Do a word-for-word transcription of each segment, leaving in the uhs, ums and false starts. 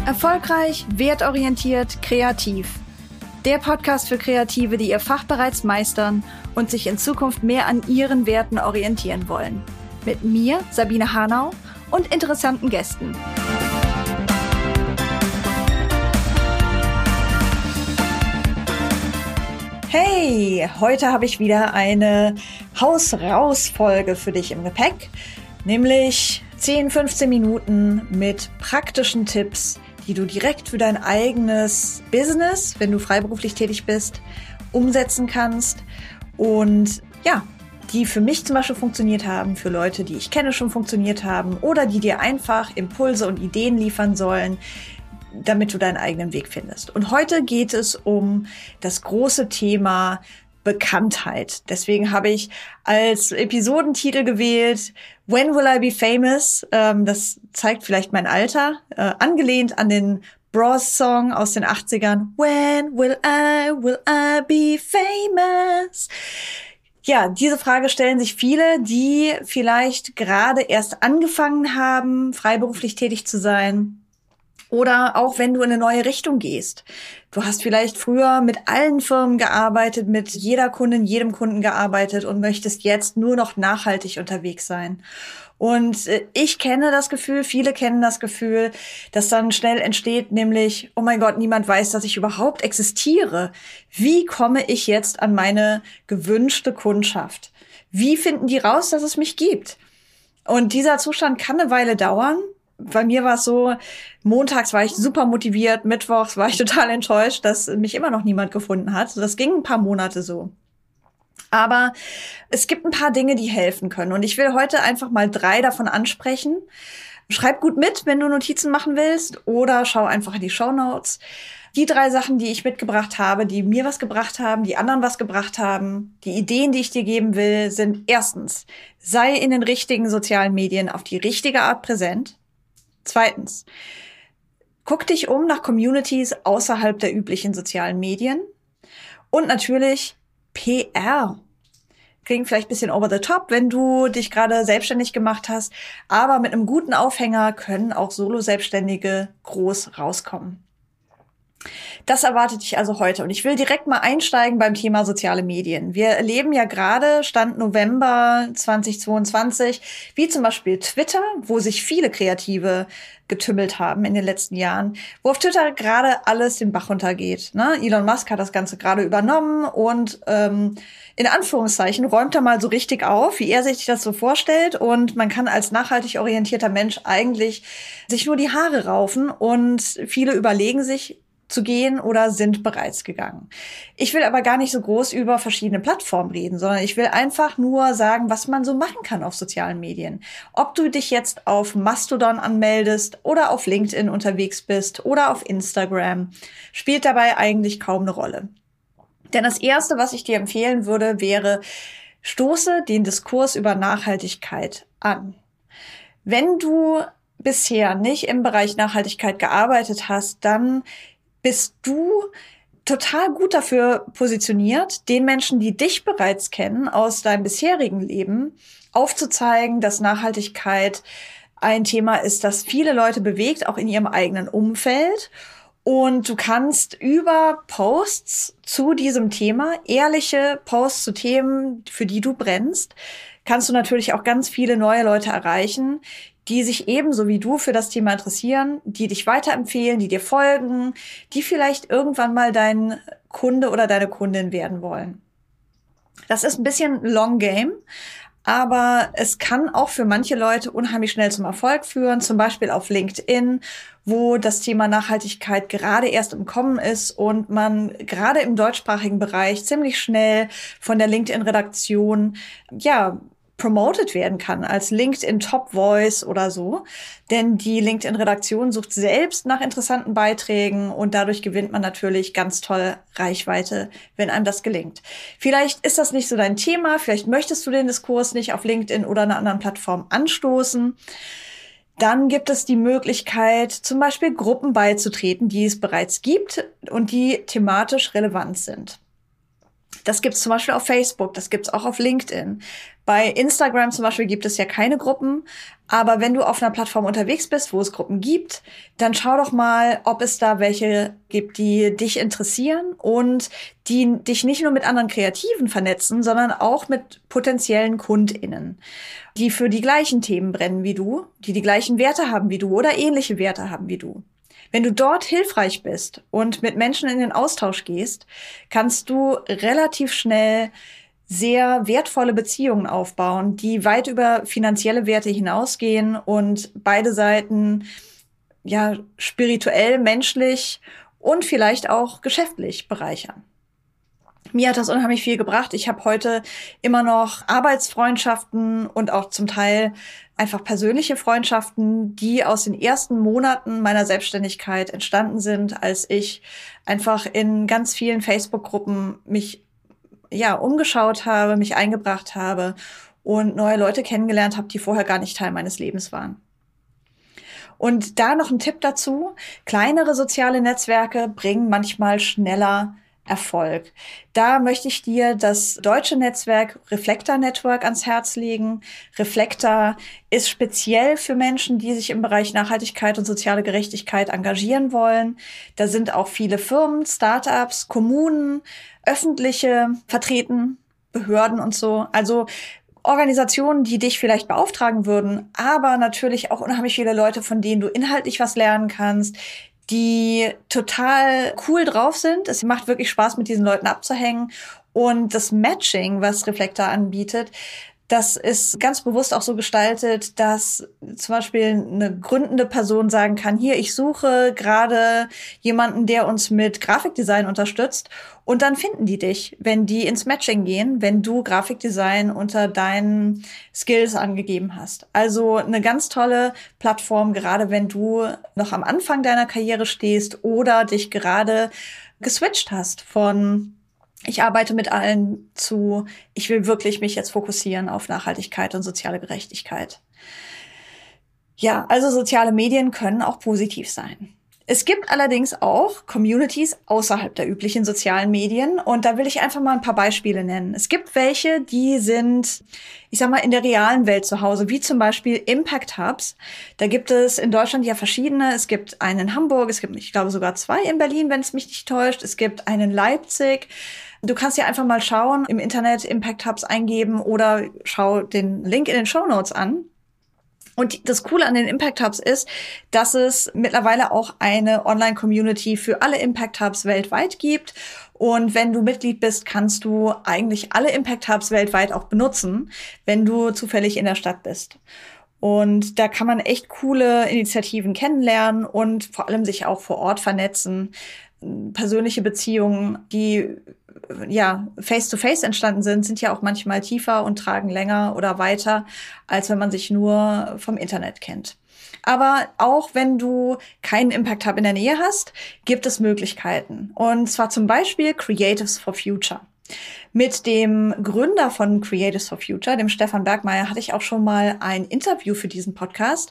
Erfolgreich, wertorientiert, kreativ. Der Podcast für Kreative, die ihr Fach bereits meistern und sich in Zukunft mehr an ihren Werten orientieren wollen. Mit mir, Sabine Hanau, und interessanten Gästen. Hey, heute habe ich wieder eine Haus-Raus-Folge für dich im Gepäck, nämlich zehn, fünfzehn Minuten mit praktischen Tipps, die du direkt für dein eigenes Business, wenn du freiberuflich tätig bist, umsetzen kannst und ja, die für mich zum Beispiel funktioniert haben, für Leute, die ich kenne, schon funktioniert haben oder die dir einfach Impulse und Ideen liefern sollen, damit du deinen eigenen Weg findest. Und heute geht es um das große Thema Bekanntheit. Deswegen habe ich als Episodentitel gewählt When Will I Be Famous? Ähm, das zeigt vielleicht mein Alter, äh, angelehnt an den Bros-Song aus den achtzigern. When will I, will I be famous? Ja, diese Frage stellen sich viele, die vielleicht gerade erst angefangen haben, freiberuflich tätig zu sein. Oder auch wenn du in eine neue Richtung gehst. Du hast vielleicht früher mit allen Firmen gearbeitet, mit jeder Kundin, jedem Kunden gearbeitet und möchtest jetzt nur noch nachhaltig unterwegs sein. Und ich kenne das Gefühl, viele kennen das Gefühl, dass dann schnell entsteht, nämlich, oh mein Gott, niemand weiß, dass ich überhaupt existiere. Wie komme ich jetzt an meine gewünschte Kundschaft? Wie finden die raus, dass es mich gibt? Und dieser Zustand kann eine Weile dauern. Bei mir war es so, montags war ich super motiviert, mittwochs war ich total enttäuscht, dass mich immer noch niemand gefunden hat. Das ging ein paar Monate so. Aber es gibt ein paar Dinge, die helfen können. Und ich will heute einfach mal drei davon ansprechen. Schreib gut mit, wenn du Notizen machen willst, oder schau einfach in die Shownotes. Die drei Sachen, die ich mitgebracht habe, die mir was gebracht haben, die anderen was gebracht haben, die Ideen, die ich dir geben will, sind erstens, sei in den richtigen sozialen Medien auf die richtige Art präsent. Zweitens, guck dich um nach Communities außerhalb der üblichen sozialen Medien. Und natürlich P R. Klingt vielleicht ein bisschen over the top, wenn du dich gerade selbstständig gemacht hast, aber mit einem guten Aufhänger können auch Solo-Selbstständige groß rauskommen. Das erwartet dich also heute. Und ich will direkt mal einsteigen beim Thema soziale Medien. Wir erleben ja gerade, Stand November zweitausendzweiundzwanzig, wie zum Beispiel Twitter, wo sich viele Kreative getümmelt haben in den letzten Jahren, wo auf Twitter gerade alles den Bach runtergeht. Ne? Elon Musk hat das Ganze gerade übernommen und ähm, in Anführungszeichen räumt er mal so richtig auf, wie er sich das so vorstellt. Und man kann als nachhaltig orientierter Mensch eigentlich sich nur die Haare raufen und viele überlegen sich, zu gehen oder sind bereits gegangen. Ich will aber gar nicht so groß über verschiedene Plattformen reden, sondern ich will einfach nur sagen, was man so machen kann auf sozialen Medien. Ob du dich jetzt auf Mastodon anmeldest oder auf LinkedIn unterwegs bist oder auf Instagram, spielt dabei eigentlich kaum eine Rolle. Denn das Erste, was ich dir empfehlen würde, wäre, stoße den Diskurs über Nachhaltigkeit an. Wenn du bisher nicht im Bereich Nachhaltigkeit gearbeitet hast, dann bist du total gut dafür positioniert, den Menschen, die dich bereits kennen aus deinem bisherigen Leben, aufzuzeigen, dass Nachhaltigkeit ein Thema ist, das viele Leute bewegt, auch in ihrem eigenen Umfeld. Und du kannst über Posts zu diesem Thema, ehrliche Posts zu Themen, für die du brennst, kannst du natürlich auch ganz viele neue Leute erreichen, die sich ebenso wie du für das Thema interessieren, die dich weiterempfehlen, die dir folgen, die vielleicht irgendwann mal dein Kunde oder deine Kundin werden wollen. Das ist ein bisschen Long Game, aber es kann auch für manche Leute unheimlich schnell zum Erfolg führen, zum Beispiel auf LinkedIn, wo das Thema Nachhaltigkeit gerade erst im Kommen ist und man gerade im deutschsprachigen Bereich ziemlich schnell von der LinkedIn-Redaktion, ja, promoted werden kann als LinkedIn Top Voice oder so. Denn die LinkedIn-Redaktion sucht selbst nach interessanten Beiträgen und dadurch gewinnt man natürlich ganz toll Reichweite, wenn einem das gelingt. Vielleicht ist das nicht so dein Thema, vielleicht möchtest du den Diskurs nicht auf LinkedIn oder einer anderen Plattform anstoßen. Dann gibt es die Möglichkeit, zum Beispiel Gruppen beizutreten, die es bereits gibt und die thematisch relevant sind. Das gibt's zum Beispiel auf Facebook, das gibt's auch auf LinkedIn. Bei Instagram zum Beispiel gibt es ja keine Gruppen, aber wenn du auf einer Plattform unterwegs bist, wo es Gruppen gibt, dann schau doch mal, ob es da welche gibt, die dich interessieren und die dich nicht nur mit anderen Kreativen vernetzen, sondern auch mit potenziellen KundInnen, die für die gleichen Themen brennen wie du, die die gleichen Werte haben wie du oder ähnliche Werte haben wie du. Wenn du dort hilfreich bist und mit Menschen in den Austausch gehst, kannst du relativ schnell sehr wertvolle Beziehungen aufbauen, die weit über finanzielle Werte hinausgehen und beide Seiten ja spirituell, menschlich und vielleicht auch geschäftlich bereichern. Mir hat das unheimlich viel gebracht. Ich habe heute immer noch Arbeitsfreundschaften und auch zum Teil einfach persönliche Freundschaften, die aus den ersten Monaten meiner Selbstständigkeit entstanden sind, als ich einfach in ganz vielen Facebook-Gruppen mich ja umgeschaut habe, mich eingebracht habe und neue Leute kennengelernt habe, die vorher gar nicht Teil meines Lebens waren. Und da noch ein Tipp dazu: Kleinere soziale Netzwerke bringen manchmal schneller Erfolg. Da möchte ich dir das deutsche Netzwerk Reflektor Network ans Herz legen. Reflektor ist speziell für Menschen, die sich im Bereich Nachhaltigkeit und soziale Gerechtigkeit engagieren wollen. Da sind auch viele Firmen, Startups, Kommunen, öffentliche vertreten, Behörden und so. Also Organisationen, die dich vielleicht beauftragen würden, aber natürlich auch unheimlich viele Leute, von denen du inhaltlich was lernen kannst, die total cool drauf sind. Es macht wirklich Spaß, mit diesen Leuten abzuhängen. Und das Matching, was Reflektor anbietet, das ist ganz bewusst auch so gestaltet, dass zum Beispiel eine gründende Person sagen kann, hier, ich suche gerade jemanden, der uns mit Grafikdesign unterstützt. Und dann finden die dich, wenn die ins Matching gehen, wenn du Grafikdesign unter deinen Skills angegeben hast. Also eine ganz tolle Plattform, gerade wenn du noch am Anfang deiner Karriere stehst oder dich gerade geswitcht hast von ich arbeite mit allen zu, ich will wirklich mich jetzt fokussieren auf Nachhaltigkeit und soziale Gerechtigkeit. Ja, also soziale Medien können auch positiv sein. Es gibt allerdings auch Communities außerhalb der üblichen sozialen Medien und da will ich einfach mal ein paar Beispiele nennen. Es gibt welche, die sind, ich sag mal, in der realen Welt zu Hause, wie zum Beispiel Impact Hubs. Da gibt es in Deutschland ja verschiedene. Es gibt einen in Hamburg, es gibt, ich glaube, sogar zwei in Berlin, wenn es mich nicht täuscht. Es gibt einen in Leipzig. Du kannst ja einfach mal schauen, im Internet Impact Hubs eingeben oder schau den Link in den Shownotes an. Und das Coole an den Impact Hubs ist, dass es mittlerweile auch eine Online-Community für alle Impact Hubs weltweit gibt. Und wenn du Mitglied bist, kannst du eigentlich alle Impact Hubs weltweit auch benutzen, wenn du zufällig in der Stadt bist. Und da kann man echt coole Initiativen kennenlernen und vor allem sich auch vor Ort vernetzen. Persönliche Beziehungen, die ja face-to-face entstanden sind, sind ja auch manchmal tiefer und tragen länger oder weiter, als wenn man sich nur vom Internet kennt. Aber auch wenn du keinen Impact Hub in der Nähe hast, gibt es Möglichkeiten. Und zwar zum Beispiel Creatives for Future. Mit dem Gründer von Creatives for Future, dem Stefan Bergmeier, hatte ich auch schon mal ein Interview für diesen Podcast.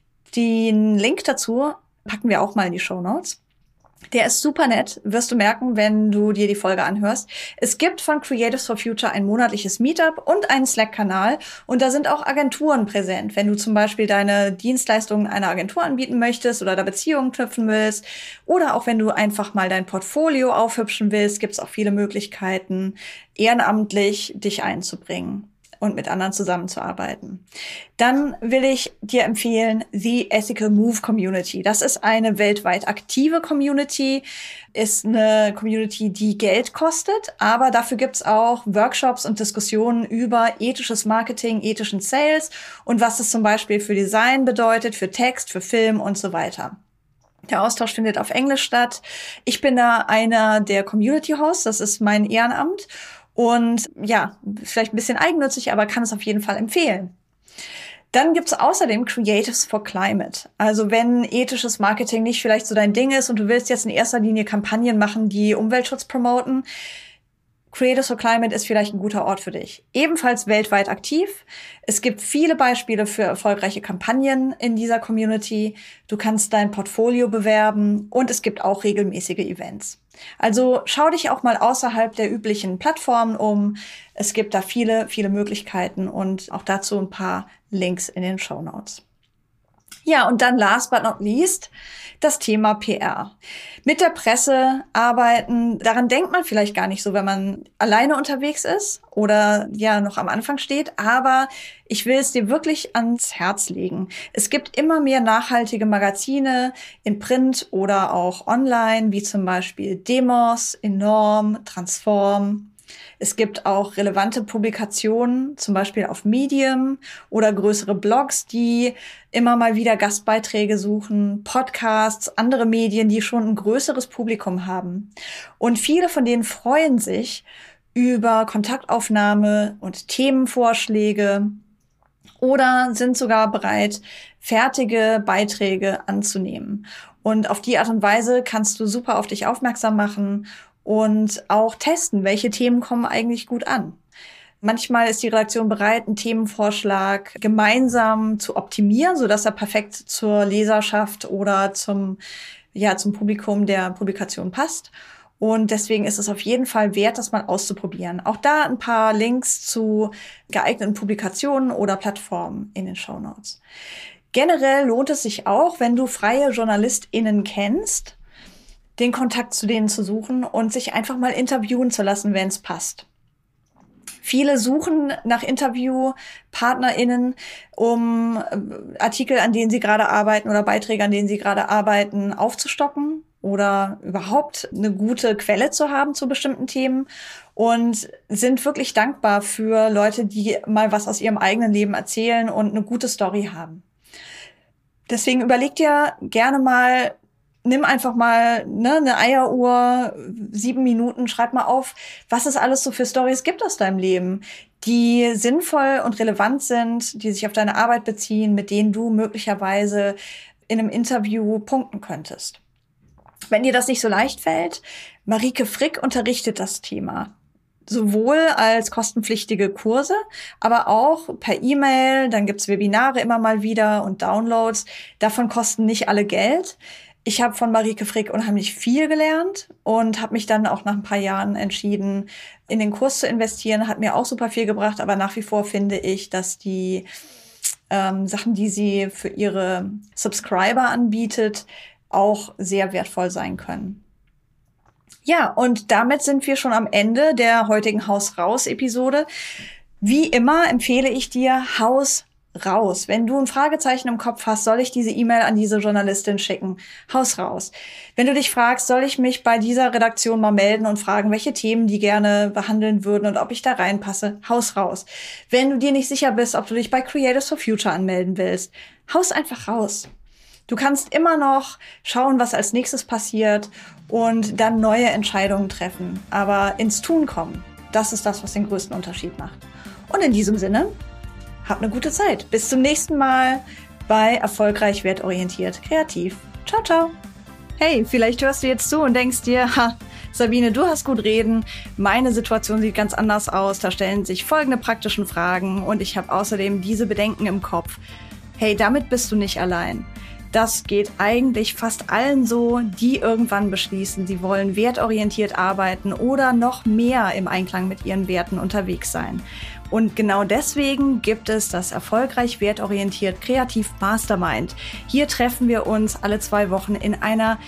Den Link dazu packen wir auch mal in die Shownotes. Der ist super nett, wirst du merken, wenn du dir die Folge anhörst. Es gibt von Creatives for Future ein monatliches Meetup und einen Slack-Kanal und da sind auch Agenturen präsent. Wenn du zum Beispiel deine Dienstleistungen einer Agentur anbieten möchtest oder da Beziehungen knüpfen willst oder auch wenn du einfach mal dein Portfolio aufhübschen willst, gibt es auch viele Möglichkeiten, ehrenamtlich dich einzubringen und mit anderen zusammenzuarbeiten. Dann will ich dir empfehlen, The Ethical Move Community. Das ist eine weltweit aktive Community, ist eine Community, die Geld kostet, aber dafür gibt's auch Workshops und Diskussionen über ethisches Marketing, ethischen Sales und was es zum Beispiel für Design bedeutet, für Text, für Film und so weiter. Der Austausch findet auf Englisch statt. Ich bin da einer der Community-Hosts, das ist mein Ehrenamt. Und ja, vielleicht ein bisschen eigennützig, aber kann es auf jeden Fall empfehlen. Dann gibt's außerdem Creatives for Climate. Also wenn ethisches Marketing nicht vielleicht so dein Ding ist und du willst jetzt in erster Linie Kampagnen machen, die Umweltschutz promoten, Creators for Climate ist vielleicht ein guter Ort für dich. Ebenfalls weltweit aktiv. Es gibt viele Beispiele für erfolgreiche Kampagnen in dieser Community. Du kannst dein Portfolio bewerben und es gibt auch regelmäßige Events. Also schau dich auch mal außerhalb der üblichen Plattformen um. Es gibt da viele, viele Möglichkeiten und auch dazu ein paar Links in den Shownotes. Ja, und dann last but not least das Thema P R. Mit der Presse arbeiten, daran denkt man vielleicht gar nicht so, wenn man alleine unterwegs ist oder ja noch am Anfang steht, aber ich will es dir wirklich ans Herz legen. Es gibt immer mehr nachhaltige Magazine in Print oder auch online, wie zum Beispiel Demos, Enorm, Transform. Es gibt auch relevante Publikationen, zum Beispiel auf Medium oder größere Blogs, die immer mal wieder Gastbeiträge suchen, Podcasts, andere Medien, die schon ein größeres Publikum haben. Und viele von denen freuen sich über Kontaktaufnahme und Themenvorschläge oder sind sogar bereit, fertige Beiträge anzunehmen. Und auf die Art und Weise kannst du super auf dich aufmerksam machen und auch testen, welche Themen kommen eigentlich gut an. Manchmal ist die Redaktion bereit, einen Themenvorschlag gemeinsam zu optimieren, sodass er perfekt zur Leserschaft oder zum, ja, zum Publikum der Publikation passt. Und deswegen ist es auf jeden Fall wert, das mal auszuprobieren. Auch da ein paar Links zu geeigneten Publikationen oder Plattformen in den Shownotes. Generell lohnt es sich auch, wenn du freie JournalistInnen kennst, den Kontakt zu denen zu suchen und sich einfach mal interviewen zu lassen, wenn es passt. Viele suchen nach InterviewpartnerInnen, um Artikel, an denen sie gerade arbeiten oder Beiträge, an denen sie gerade arbeiten, aufzustocken oder überhaupt eine gute Quelle zu haben zu bestimmten Themen und sind wirklich dankbar für Leute, die mal was aus ihrem eigenen Leben erzählen und eine gute Story haben. Deswegen überleg dir gerne mal, nimm einfach mal ne, eine Eieruhr, sieben Minuten, schreib mal auf, was es alles so für Storys gibt aus deinem Leben, die sinnvoll und relevant sind, die sich auf deine Arbeit beziehen, mit denen du möglicherweise in einem Interview punkten könntest. Wenn dir das nicht so leicht fällt, Marieke Frick unterrichtet das Thema. Sowohl als kostenpflichtige Kurse, aber auch per E-Mail, dann gibt's Webinare immer mal wieder und Downloads. Davon kosten nicht alle Geld. Ich habe von Marieke Frick unheimlich viel gelernt und habe mich dann auch nach ein paar Jahren entschieden, in den Kurs zu investieren. Hat mir auch super viel gebracht, aber nach wie vor finde ich, dass die ähm, Sachen, die sie für ihre Subscriber anbietet, auch sehr wertvoll sein können. Ja, und damit sind wir schon am Ende der heutigen Haus raus-Episode. Wie immer empfehle ich dir Haus raus. Wenn du ein Fragezeichen im Kopf hast, soll ich diese E-Mail an diese Journalistin schicken? Haus raus. Wenn du dich fragst, soll ich mich bei dieser Redaktion mal melden und fragen, welche Themen die gerne behandeln würden und ob ich da reinpasse? Haus raus. Wenn du dir nicht sicher bist, ob du dich bei Creators for Future anmelden willst, haus einfach raus. Du kannst immer noch schauen, was als nächstes passiert und dann neue Entscheidungen treffen. Aber ins Tun kommen, das ist das, was den größten Unterschied macht. Und in diesem Sinne, hab eine gute Zeit. Bis zum nächsten Mal bei Erfolgreich Wertorientiert Kreativ. Ciao, ciao. Hey, vielleicht hörst du jetzt zu und denkst dir, ha, Sabine, du hast gut reden. Meine Situation sieht ganz anders aus. Da stellen sich folgende praktischen Fragen und ich habe außerdem diese Bedenken im Kopf. Hey, damit bist du nicht allein. Das geht eigentlich fast allen so, die irgendwann beschließen, sie wollen wertorientiert arbeiten oder noch mehr im Einklang mit ihren Werten unterwegs sein. Und genau deswegen gibt es das Erfolgreich Wertorientiert Kreativ Mastermind. Hier treffen wir uns alle zwei Wochen in einer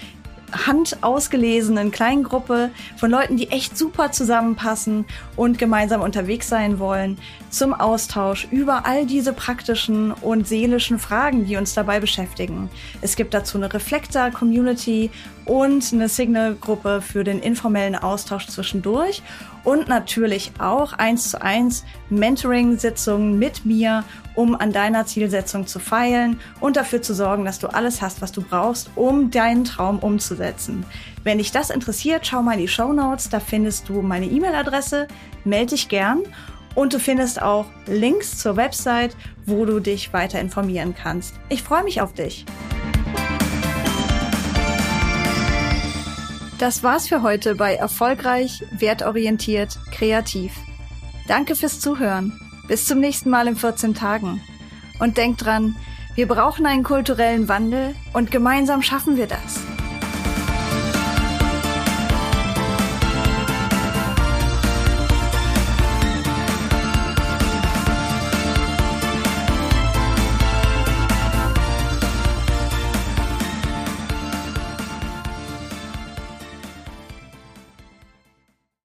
handausgelesenen kleinen Gruppe von Leuten, die echt super zusammenpassen und gemeinsam unterwegs sein wollen, zum Austausch über all diese praktischen und seelischen Fragen, die uns dabei beschäftigen. Es gibt dazu eine Reflektor-Community und eine Signal-Gruppe für den informellen Austausch zwischendurch und natürlich auch eins zu eins Mentoring-Sitzungen mit mir, um an deiner Zielsetzung zu feilen und dafür zu sorgen, dass du alles hast, was du brauchst, um deinen Traum umzusetzen. Wenn dich das interessiert, schau mal in die Shownotes, da findest du meine E-Mail-Adresse, melde dich gern und du findest auch Links zur Website, wo du dich weiter informieren kannst. Ich freue mich auf dich. Das war's für heute bei Erfolgreich, wertorientiert, kreativ. Danke fürs Zuhören. Bis zum nächsten Mal in vierzehn Tagen. Und denkt dran, wir brauchen einen kulturellen Wandel und gemeinsam schaffen wir das.